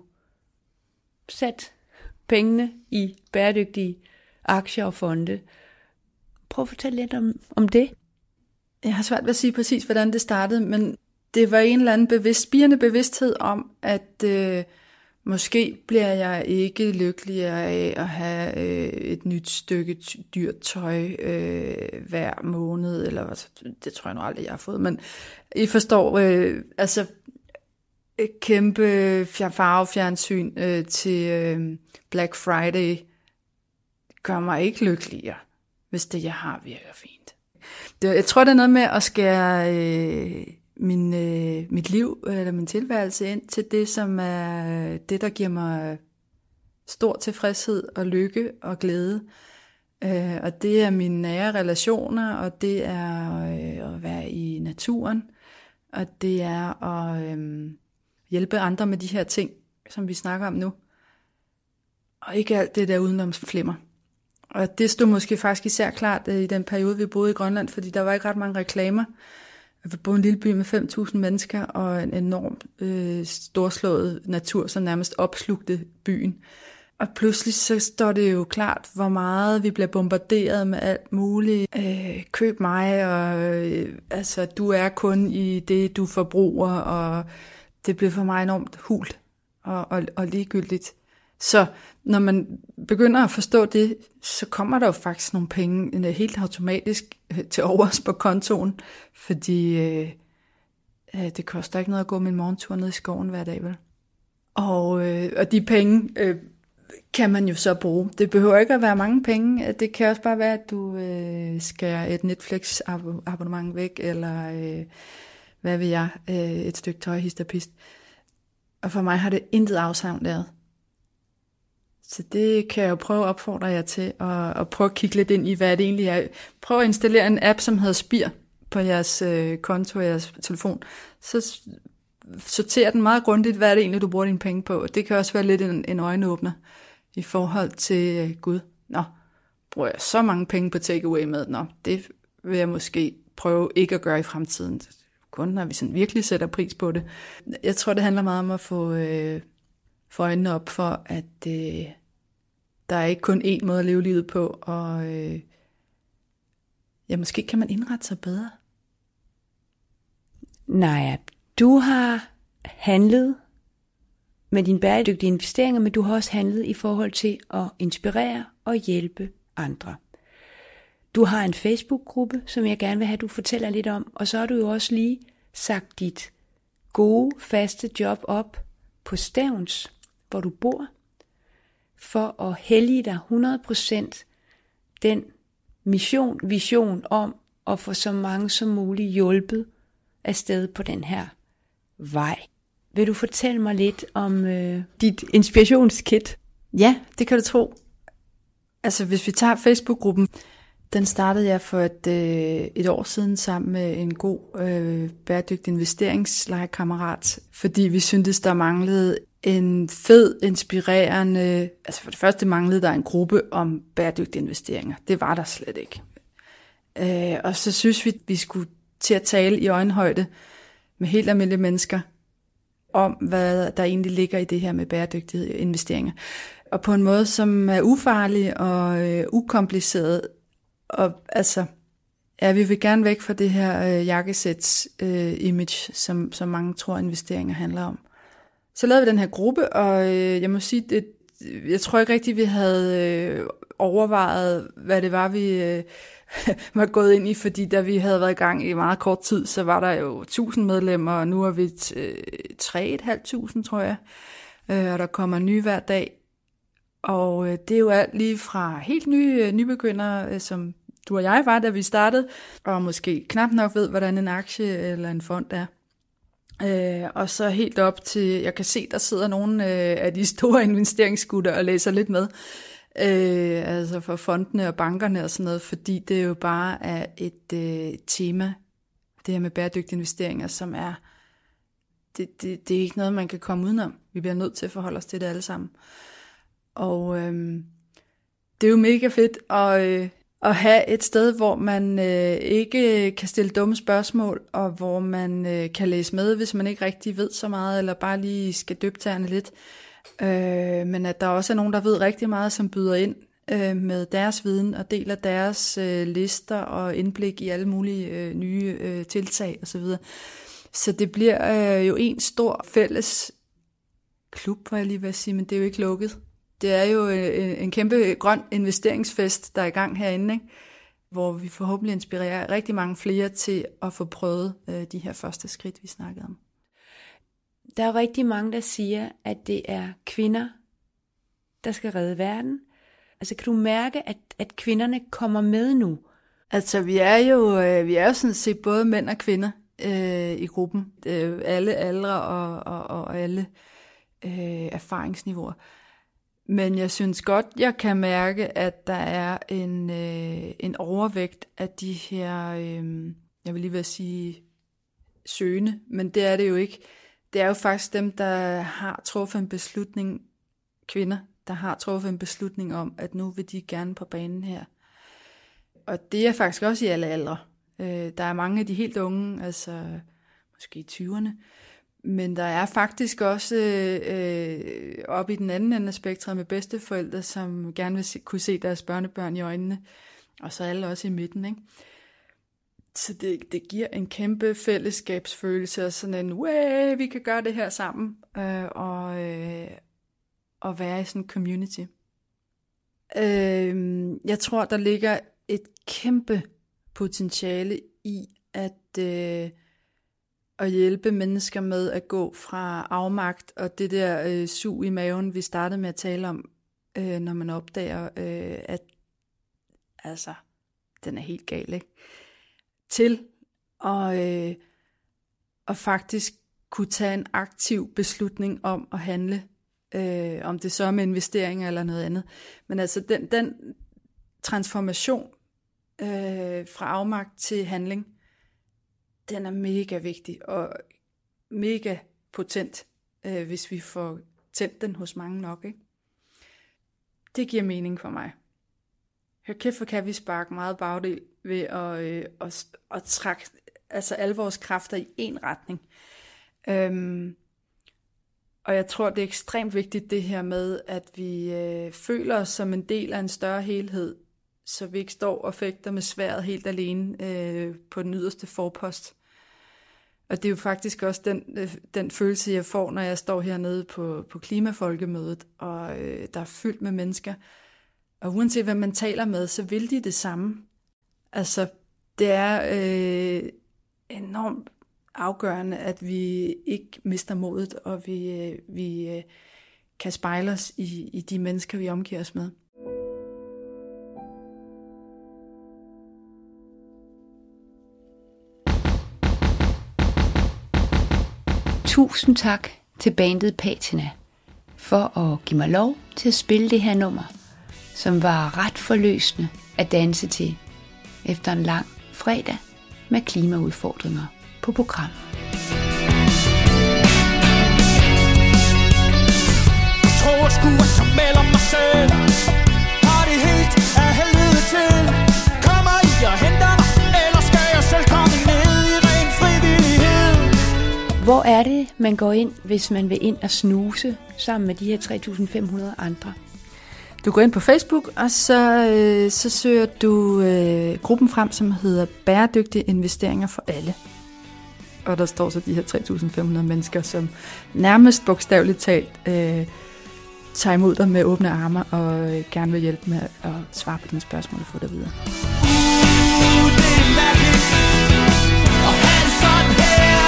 sat pengene i bæredygtige aktier og fonde. Prøv at fortælle lidt om, om det. Jeg har svært ved at sige præcis, hvordan det startede, men det var en eller anden bevidst, spirende bevidsthed om, at øh, måske bliver jeg ikke lykkeligere af at have øh, et nyt stykke dyrt tøj øh, hver måned, eller det tror jeg nu aldrig, jeg har fået, men I forstår, øh, altså et kæmpe farvefjernsyn øh, til øh, Black Friday gør mig ikke lykkeligere, hvis det, jeg har, virker fint. Det, jeg tror, det er noget med at skære øh, min, øh, mit liv eller min tilværelse ind til det, som er det, der giver mig stor tilfredshed og lykke og glæde. Øh, og det er mine nære relationer, og det er øh, at være i naturen, og det er at øh, hjælpe andre med de her ting, som vi snakker om nu. Og ikke alt det der udenomsflimmer. Og det stod måske faktisk især klart i den periode, vi boede i Grønland, fordi der var ikke ret mange reklamer. Vi boede i en lille by med fem tusind mennesker og en enorm øh, storslået natur, som nærmest opslugte byen. Og pludselig så står det jo klart, hvor meget vi bliver bombarderet med alt muligt. Øh, køb mig, og øh, altså, du er kun i det, du forbruger, og det bliver for mig enormt hult og, og, og ligegyldigt. Så når man begynder at forstå det, så kommer der jo faktisk nogle penge helt automatisk til overs på kontoen, fordi øh, det koster ikke noget at gå med en morgentur ned i skoven hver dag, vel? Og, øh, og de penge øh, kan man jo så bruge. Det behøver ikke at være mange penge. Det kan også bare være, at du øh, skærer et Netflix-abonnement væk, eller øh, hvad ved jeg, øh, et stykke tøj, hist og pist. Og for mig har det intet afsavn lavet. Så det kan jeg jo prøve at opfordre jer til, at, at prøve at kigge lidt ind i, hvad det egentlig er. Prøv at installere en app, som hedder Spir på jeres øh, konto og jeres telefon. Så sorterer den meget grundigt, hvad er det egentlig, du bruger dine penge på. Det kan også være lidt en, en øjenåbner i forhold til, øh, gud, nå, bruger jeg så mange penge på takeaway med? Nå, det vil jeg måske prøve ikke at gøre i fremtiden. kun når vi sådan virkelig sætter pris på det. Jeg tror, det handler meget om at få, øh, få øjnene op for, at øh, der er ikke kun én måde at leve livet på, og øh, ja, måske kan man indrette sig bedre. Nej, du har handlet med dine bæredygtige investeringer, men du har også handlet i forhold til at inspirere og hjælpe andre. Du har en Facebook-gruppe, som jeg gerne vil have, du fortæller lidt om, og så har du jo også lige sagt dit gode, faste job op på Stevns, hvor du bor, for at hellige dig hundrede procent den mission, vision om at få så mange som muligt hjulpet afsted på den her vej. Vil du fortælle mig lidt om øh, dit inspirationskit? Ja, det kan du tro. Altså hvis vi tager Facebook-gruppen, den startede jeg for et, øh, et år siden sammen med en god øh, bæredygtig investeringslejekammerat, fordi vi syntes, der manglede en fed, inspirerende, altså for det første manglede der en gruppe om bæredygtige investeringer. Det var der slet ikke. Øh, og så synes vi, vi skulle til at tale i øjenhøjde med helt almindelige mennesker om, hvad der egentlig ligger i det her med bæredygtige investeringer. Og på en måde, som er ufarlig og øh, ukompliceret. Og altså, ja, vi vil gerne væk fra det her øh, jakkesæts øh, image, som, som mange tror, investeringer handler om. Så lavede vi den her gruppe, og øh, jeg må sige, det, jeg tror ikke rigtigt, vi havde øh, overvejet, hvad det var, vi øh, var gået ind i, fordi da vi havde været i gang i meget kort tid, så var der jo tusind medlemmer, og nu er vi øh, tre et halvt tusind, tror jeg, øh, og der kommer nye hver dag. Og øh, det er jo alt lige fra helt nye øh, nybegyndere, øh, som du og jeg var, da vi startede, og måske knap nok ved, hvordan en aktie eller en fond er. Øh, og så helt op til, jeg kan se, der sidder nogle øh, af de store investeringsgutter og læser lidt med, øh, altså for fondene og bankerne og sådan noget, fordi det jo bare er et øh, tema, det her med bæredygtige investeringer, som er, det, det, det er ikke noget, man kan komme udenom. Vi bliver nødt til at forholde os til det alle sammen. Og øh, det er jo mega fedt at, øh, at have et sted, hvor man øh, ikke kan stille dumme spørgsmål, og hvor man øh, kan læse med, hvis man ikke rigtig ved så meget, eller bare lige skal døbe tæerne lidt. Øh, men at der også er nogen, der ved rigtig meget, som byder ind øh, med deres viden, og deler deres øh, lister og indblik i alle mulige øh, nye øh, tiltag osv. Så det bliver øh, jo en stor fælles klub, var jeg lige ved at sige, men det er jo ikke lukket. Det er jo en, en kæmpe grøn investeringsfest, der er i gang herinde, ikke? Hvor vi forhåbentlig inspirerer rigtig mange flere til at få prøvet øh, de her første skridt, vi snakkede om. Der er rigtig mange, der siger, at det er kvinder, der skal redde verden. Altså kan du mærke, at, at kvinderne kommer med nu? Altså vi er jo, øh, vi er jo sådan set både mænd og kvinder øh, i gruppen. Øh, alle aldre og, og, og alle øh, erfaringsniveauer. Men jeg synes godt, jeg kan mærke, at der er en, øh, en overvægt af de her, øh, jeg vil lige ved at sige, søgende, men det er det jo ikke. Det er jo faktisk dem, der har truffet en beslutning, kvinder, der har truffet en beslutning om, at nu vil de gerne på banen her. Og det er faktisk også i alle aldre. Øh, der er mange af de helt unge, altså måske i tyverne, men der er faktisk også øh, oppe i den anden ende af spektret med bedsteforældre, som gerne vil se, kunne se deres børnebørn i øjnene, og så alle også i midten, ikke? Så det, det giver en kæmpe fællesskabsfølelse, og sådan en, way, vi kan gøre det her sammen, øh, og, øh, og være i sådan en community. Øh, jeg tror, der ligger et kæmpe potentiale i, at øh, at hjælpe mennesker med at gå fra afmagt og det der øh, sug i maven, vi startede med at tale om, øh, når man opdager, øh, at altså, den er helt gal, ikke? Til at, øh, at faktisk kunne tage en aktiv beslutning om at handle, øh, om det så er med investeringer eller noget andet. Men altså den, den transformation øh, fra afmagt til handling, den er mega vigtig og mega potent, øh, hvis vi får tændt den hos mange nok, ikke? Det giver mening for mig. Hør kæft, hvor kan vi sparke meget bagdel ved at, øh, at, at trække altså alle vores kræfter i én retning. Øhm, og jeg tror, det er ekstremt vigtigt det her med, at vi øh, føler os som en del af en større helhed, så vi ikke står og fægter med sværdet helt alene øh, på den yderste forpost. Og det er jo faktisk også den, øh, den følelse, jeg får, når jeg står hernede på, på Klimafolkemødet, og øh, der er fyldt med mennesker. Og uanset hvad man taler med, så vil de det samme. Altså, det er øh, enormt afgørende, at vi ikke mister modet, og vi, øh, vi øh, kan spejle os i, i de mennesker, vi omgiver os med. Tusind tak til bandet Patina for at give mig lov til at spille det her nummer, som var ret forløsende at danse til efter en lang fredag med klimaudfordringer på program. Tror sgu, at jeg melder mig selv. Har det helt af helvede til. Kommer I og henter mig, eller skal jeg selv komme ned i ren frivillighed? Hvor er det, man går ind, hvis man vil ind og snuse sammen med de her tre tusind fem hundrede andre? Du går ind på Facebook, og så, øh, så søger du øh, gruppen frem, som hedder Bæredygtige Investeringer for Alle. Og der står så de her tre tusind fem hundrede mennesker, som nærmest bogstaveligt talt øh, tager imod dig med åbne arme og øh, gerne vil hjælpe med at svare på dine spørgsmål og få dig videre. Uh, det er mærkeligt at have det sådan her.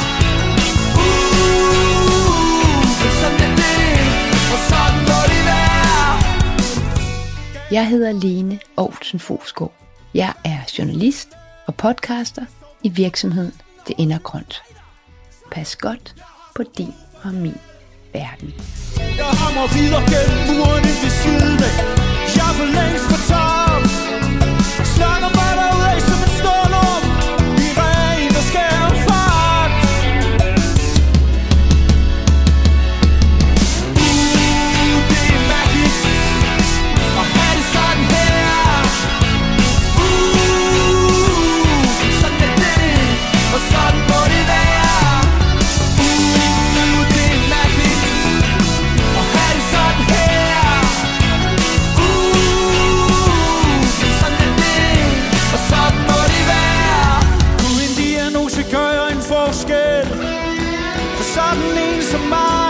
Uh, sådan er det, og sådan må det være. Jeg hedder Lene Aarhusen Fosgaard. Jeg er journalist og podcaster i virksomheden Det Ender Grønt. Pas godt på din og min verden. Jeg hamrer videre gennem muren ind ved siden af. Jeg er for længst på top. Slanger mig derudad som en storlum i ren og skær fart. Uh, det er mærkeligt at have det sådan her. Uh, sådan er det, og sådan må det være. Uh, det er mærkeligt at have det sådan her. Uh, sådan er det, og sådan må det være. Kunne en diagnose gøre en forskel for sådan en som mig?